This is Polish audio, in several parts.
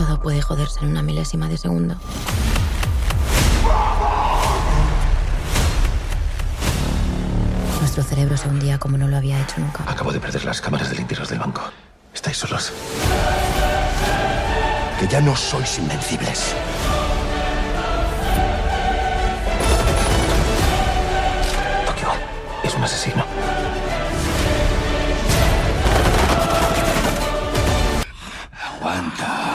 Todo puede joderse en una milésima de segundo. Nuestro cerebro se hundía como no lo había hecho nunca. Acabo de perder las cámaras de limpiaros del banco. Estáis solos. Que ya no sois invencibles. Tokio es un asesino. Aguanta.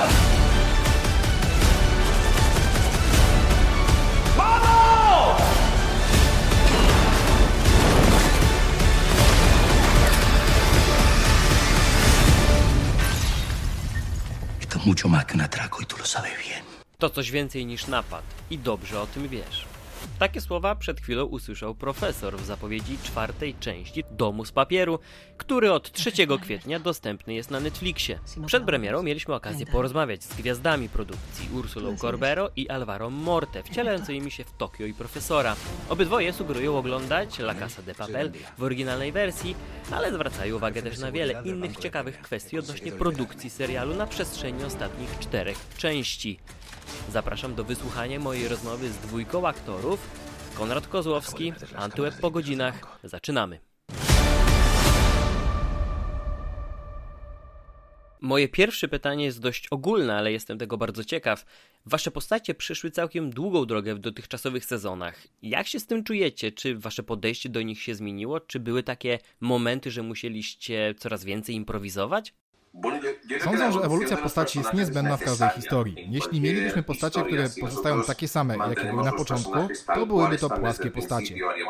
¡Vamos! Esto es mucho más que un atraco y tú lo sabes bien. To coś więcej niż napad i dobrze o tym wiesz. Takie słowa przed chwilą usłyszał profesor w zapowiedzi 4. części Domu z papieru, który od 3 kwietnia dostępny jest na Netflixie. Przed premierą mieliśmy okazję porozmawiać z gwiazdami produkcji, Ursulą Corbero i Alvaro Morte, wcielającymi się w Tokio i profesora. Obydwoje sugerują oglądać La Casa de Papel w oryginalnej wersji, ale zwracają uwagę też na wiele innych ciekawych kwestii odnośnie produkcji serialu na przestrzeni ostatnich 4 części. Zapraszam do wysłuchania mojej rozmowy z dwójką aktorów, Konrad Kozłowski, Antłeb po godzinach. Zaczynamy. Moje pierwsze pytanie jest dość ogólne, ale jestem tego bardzo ciekaw. Wasze postacie przeszły całkiem długą drogę w dotychczasowych sezonach. Jak się z tym czujecie? Czy wasze podejście do nich się zmieniło? Czy były takie momenty, że musieliście coraz więcej improwizować? Sądzę, że ewolucja postaci jest niezbędna w każdej historii. Jeśli mielibyśmy postacie, które pozostają takie same, jakie były na początku, to byłyby to płaskie postacie.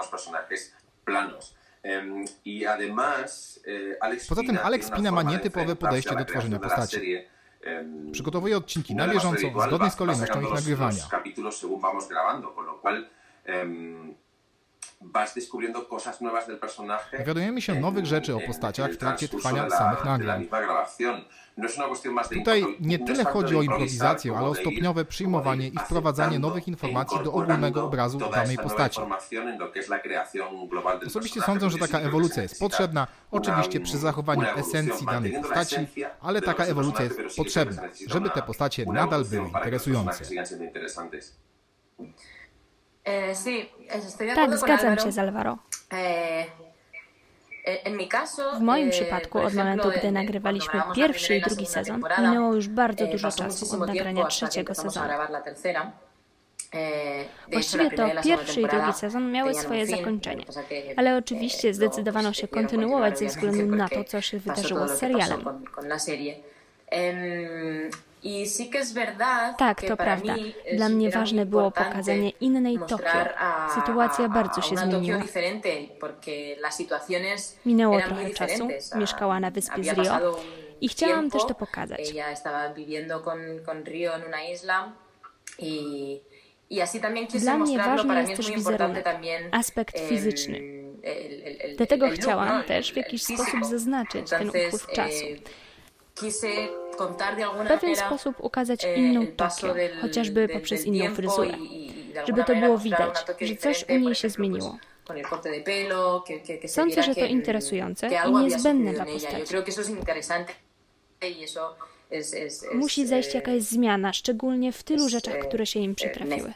Poza tym Alex Pina ma nietypowe podejście do tworzenia postaci. Przygotowuje odcinki na bieżąco, zgodnie z kolejnością ich nagrywania. Dowiadujemy się nowych rzeczy o postaciach w trakcie trwania samych nagrań. Tutaj nie tyle chodzi o improwizację, ale o stopniowe przyjmowanie i wprowadzanie nowych informacji do ogólnego obrazu danej postaci. Osobiście sądzę, że taka ewolucja jest potrzebna, oczywiście przy zachowaniu esencji danej postaci, ale taka ewolucja jest potrzebna, żeby te postacie nadal były interesujące. Tak, zgadzam się z Alvaro. W moim przypadku od momentu, gdy nagrywaliśmy pierwszy i drugi sezon, minęło już bardzo dużo czasu od nagrania trzeciego sezonu. Właściwie to pierwszy i drugi sezon miały swoje zakończenie, ale oczywiście zdecydowano się kontynuować ze względu na to, co się wydarzyło z serialem. Tak, to prawda. Dla mnie ważne było pokazanie innej Tokio. Sytuacja bardzo się zmieniła. Minęło trochę czasu, mieszkała na wyspie z Rio i chciałam też to pokazać. Dla mnie ważny jest też wizerunek, aspekt fizyczny. Dlatego chciałam też w jakiś sposób zaznaczyć ten upływ czasu. W pewien sposób ukazać inną Tokio, chociażby poprzez inną fryzurę, żeby to było widać, że coś u niej się zmieniło. Sądzę, że to interesujące i niezbędne dla postaci. Musi zajść jakaś zmiana, szczególnie w tylu rzeczach, które się im przytrafiły.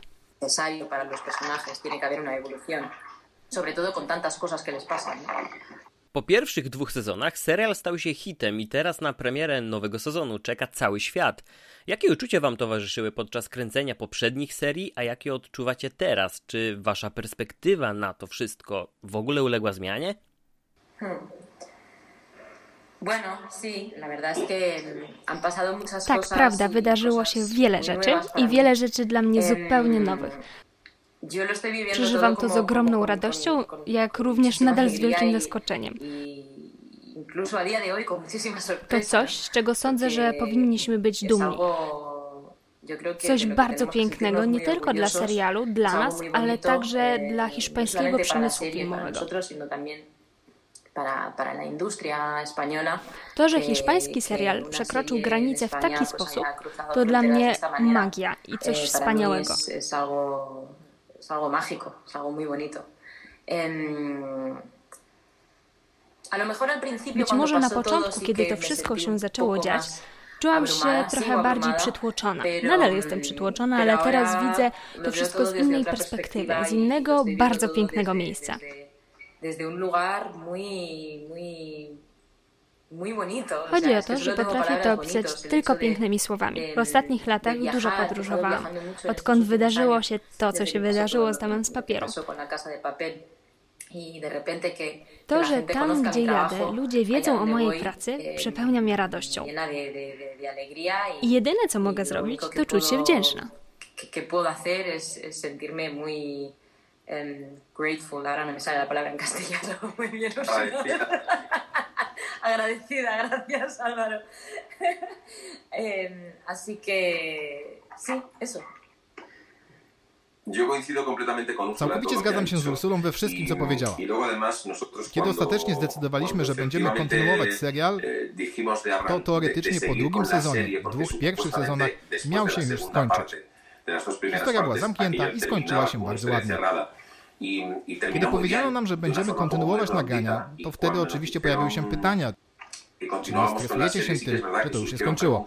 Po pierwszych 2 sezonach serial stał się hitem i teraz na premierę nowego sezonu czeka cały świat. Jakie uczucia wam towarzyszyły podczas kręcenia poprzednich serii, a jakie odczuwacie teraz? Czy wasza perspektywa na to wszystko w ogóle uległa zmianie? Tak, prawda, wydarzyło się wiele rzeczy i wiele rzeczy dla mnie zupełnie nowych. Przeżywam to z ogromną radością, jak również nadal z wielkim zaskoczeniem. To coś, z czego sądzę, że powinniśmy być dumni. Coś bardzo pięknego nie tylko dla serialu, dla nas, ale także dla hiszpańskiego przemysłu filmowego. To, że hiszpański serial przekroczył granicę w taki sposób, to dla mnie magia i coś wspaniałego. Być może na początku, kiedy to wszystko się zaczęło dziać, Czułam się trochę bardziej przytłoczona. Nadal jestem przytłoczona, ale teraz widzę to wszystko z innej perspektywy, z innego, bardzo pięknego miejsca. Chodzi o to, że potrafię to opisać tylko pięknymi słowami. W ostatnich latach dużo podróżowałam. Odkąd wydarzyło się to, co się wydarzyło z Domem z papieru. To, że tam, gdzie jadę, ludzie wiedzą o mojej pracy, przepełnia mnie radością. I jedyne, co mogę zrobić, to czuć się wdzięczna. Grateful, ahora no me sale la palabra en castellano, muy bien, agradecida, gracias Álvaro. Así que, sí, eso. Całkowicie zgadzam się z Ursulą we wszystkim, co powiedziała. Kiedy ostatecznie zdecydowaliśmy, że będziemy kontynuować serial, to teoretycznie po drugim sezonie, w 2 pierwszych sezonach miał się już skończyć. Historia była zamknięta i skończyła się bardzo ładnie. Kiedy powiedziano nam, że będziemy kontynuować nagrania, to wtedy oczywiście pojawiły się pytania, czy nie stresujecie się tym, że to już się skończyło.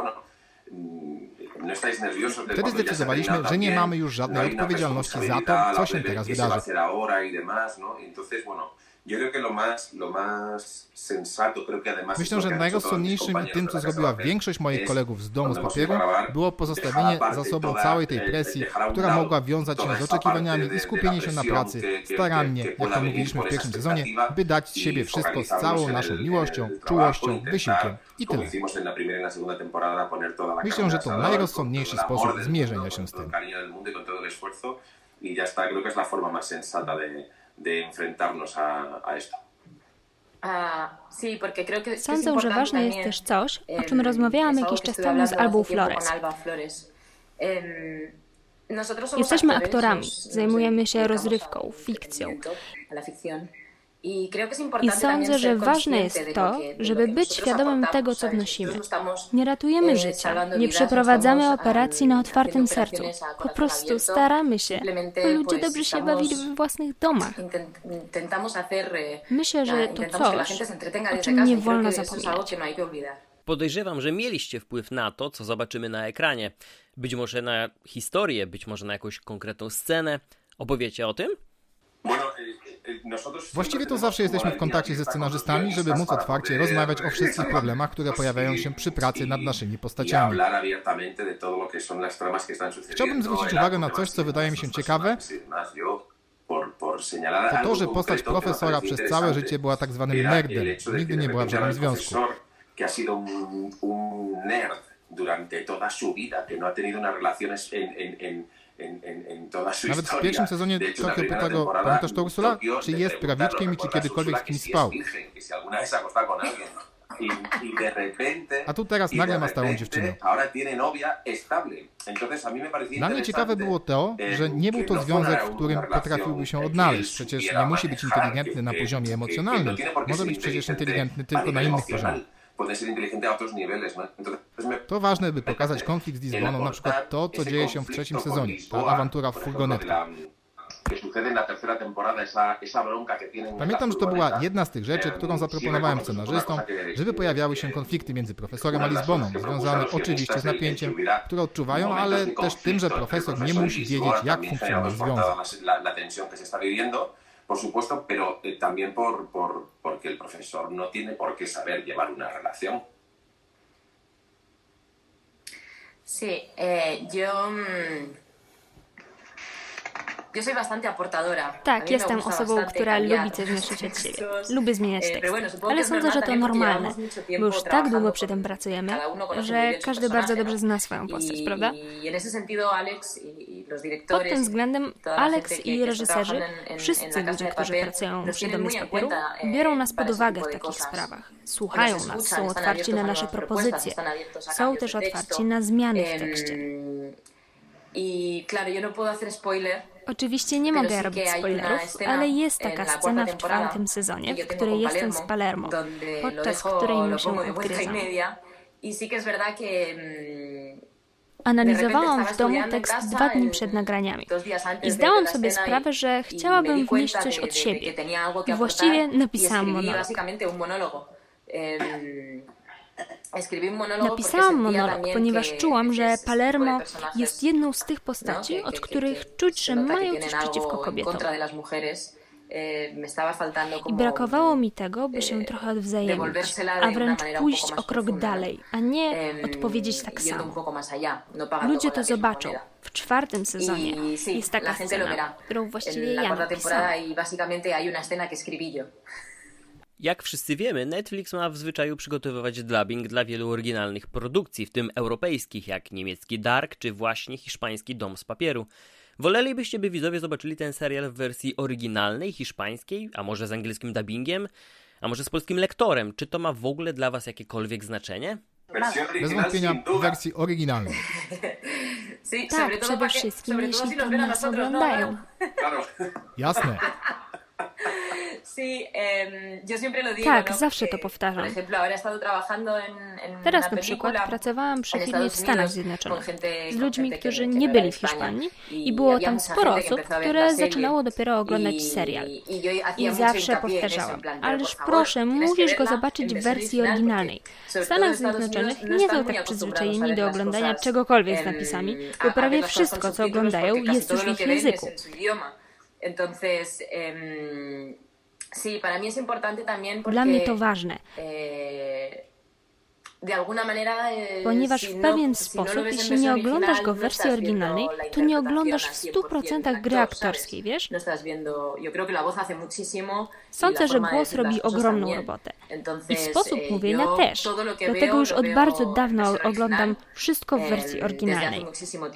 Wtedy zdecydowaliśmy, że nie mamy już żadnej odpowiedzialności za to, co się teraz wydarzy. Myślę, że najrozsądniejszym i tym, co zrobiła większość moich kolegów z Domu z papieru, było pozostawienie za sobą całej tej presji, która mogła wiązać się z oczekiwaniami i skupienie się na pracy, starannie, jak to mówiliśmy w pierwszym sezonie, by dać z siebie wszystko z całą naszą miłością, czułością, wysiłkiem i tyle. Myślę, że to najrozsądniejszy sposób zmierzenia się z tym. Sądzę, że ważne jest też coś, o czym rozmawiałam jakiś czas temu z Albą Flores. Jesteśmy aktorami, zajmujemy się rozrywką, fikcją. I sądzę, że ważne jest to, żeby być świadomym tego, co wnosimy. Nie ratujemy życia, nie przeprowadzamy operacji na otwartym sercu. Po prostu staramy się, by ludzie dobrze się bawili we własnych domach. Myślę, że to coś, o czym nie wolno zapominać. Podejrzewam, że mieliście wpływ na to, co zobaczymy na ekranie. Być może na historię, być może na jakąś konkretną scenę. Opowiecie o tym? Właściwie to zawsze jesteśmy w kontakcie ze scenarzystami, żeby móc otwarcie rozmawiać o wszystkich problemach, które pojawiają się przy pracy nad naszymi postaciami. Chciałbym zwrócić uwagę na coś, co wydaje mi się ciekawe. To, że postać profesora przez całe życie była tak zwanym nerdem. Nigdy nie była w żadnym związku. Nawet w pierwszym sezonie Tokio Pytego, pamiętasz to, Ursula? Czy jest prawiczkiem i czy kiedykolwiek z kimś spał? A tu teraz nagle ma stałą dziewczynę. Dla mnie ciekawe było to, że nie był to związek, w którym potrafiłby się odnaleźć. Przecież nie musi być inteligentny na poziomie emocjonalnym. Może być przecież inteligentny tylko na innych poziomach. To ważne, by pokazać konflikt z Lisboną, na przykład to, co dzieje się w trzecim sezonie, ta awantura w furgonetce. Pamiętam, że to była jedna z tych rzeczy, którą zaproponowałem scenarzystom, żeby pojawiały się konflikty między profesorem a Lizboną, związane oczywiście z napięciem, które odczuwają, ale też tym, że profesor nie musi wiedzieć, jak funkcjonuje związek. Por supuesto, pero también porque el profesor no tiene por qué saber llevar una relación. Sí, yo soy bastante aportadora. Tak, jestem osobą, która lubi coś wnosić od siebie. Lubię zmieniać tekst. Ale sądzę, że to normalne, bo już tak długo przy tym pracujemy, że każdy bardzo dobrze zna swoją postać, prawda? Pod tym względem Alex i reżyserzy, wszyscy ludzie, którzy pracują przy Domie z papieru, biorą nas pod uwagę w takich sprawach. Słuchają nas, są otwarci na nasze propozycje. Są też otwarci na zmiany w tekście. Oczywiście nie mogę robić spoilerów, ale jest taka scena w 4. sezonie, w której jestem z Palermo, podczas której my się odgryzamy. Analizowałam w domu tekst 2 dni przed nagraniami i zdałam sobie sprawę, że chciałabym wnieść coś od siebie. I właściwie napisałam monolog. Napisałam monolog, ponieważ czułam, że Palermo jest jedną z tych postaci, od których czuć, że mają coś przeciwko kobietom. I brakowało mi tego, by się trochę odwzajemnić, a wręcz pójść o krok dalej, a nie odpowiedzieć tak samo. Ludzie to zobaczą. W 4. sezonie jest taka scena, którą właściwie ja napisałam. Jak wszyscy wiemy, Netflix ma w zwyczaju przygotowywać dubbing dla wielu oryginalnych produkcji, w tym europejskich, jak niemiecki Dark, czy właśnie hiszpański Dom z papieru. Wolelibyście, by widzowie zobaczyli ten serial w wersji oryginalnej, hiszpańskiej, a może z angielskim dubbingiem, a może z polskim lektorem? Czy to ma w ogóle dla was jakiekolwiek znaczenie? Bez wątpienia w wersji oryginalnej. Tak, przede wszystkim, jeśli to nas oglądają. Jasne. Tak, zawsze to powtarzam. Teraz na przykład pracowałam przy firmie w Stanach Zjednoczonych z ludźmi, którzy nie byli w Hiszpanii i było tam sporo osób, które zaczynało dopiero oglądać serial. I zawsze powtarzałam, ależ proszę, musisz go zobaczyć w wersji oryginalnej. W Stanach Zjednoczonych nie są tak przyzwyczajeni do oglądania czegokolwiek z napisami, bo prawie wszystko, co oglądają, jest już w ich języku. Dla mnie to ważne, ponieważ w pewien sposób, jeśli nie oglądasz go w wersji oryginalnej, to nie oglądasz w 100% gry aktorskiej, wiesz? Sądzę, że głos robi ogromną robotę. I sposób mówienia też. Dlatego już od bardzo dawna oglądam wszystko w wersji oryginalnej.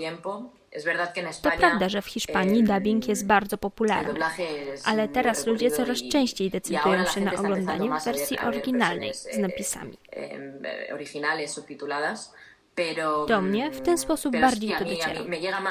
To prawda, że w Hiszpanii dubbing jest bardzo popularny, ale teraz ludzie coraz częściej decydują się na oglądanie w wersji oryginalnej z napisami. Do mnie w ten sposób bardziej to dociera.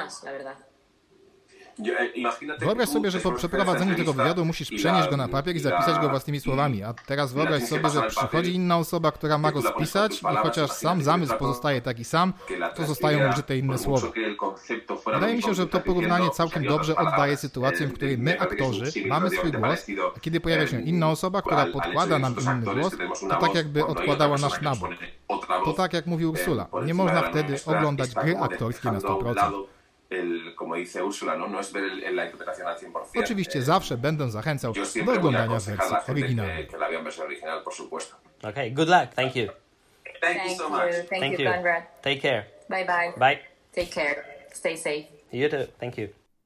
Wyobraź sobie, że po przeprowadzeniu tego wywiadu musisz przenieść go na papier i zapisać go własnymi słowami, a teraz wyobraź sobie, że przychodzi inna osoba, która ma go spisać i chociaż sam zamysł pozostaje taki sam, to zostają użyte inne słowa. Wydaje mi się, że to porównanie całkiem dobrze oddaje sytuację, w której my, aktorzy, mamy swój głos, a kiedy pojawia się inna osoba, która podkłada nam inny głos, to tak jakby odkładała nasz nabór. To tak jak mówi Ursula, nie można wtedy oglądać gry aktorskiej na 100%. Oczywiście zawsze będę zachęcał do oglądania wersji oryginalnej. Okay, good luck. Thank you. Thank you so much. Thank you. Take care. Bye bye. Bye. Take care. Stay safe. You too. Thank you.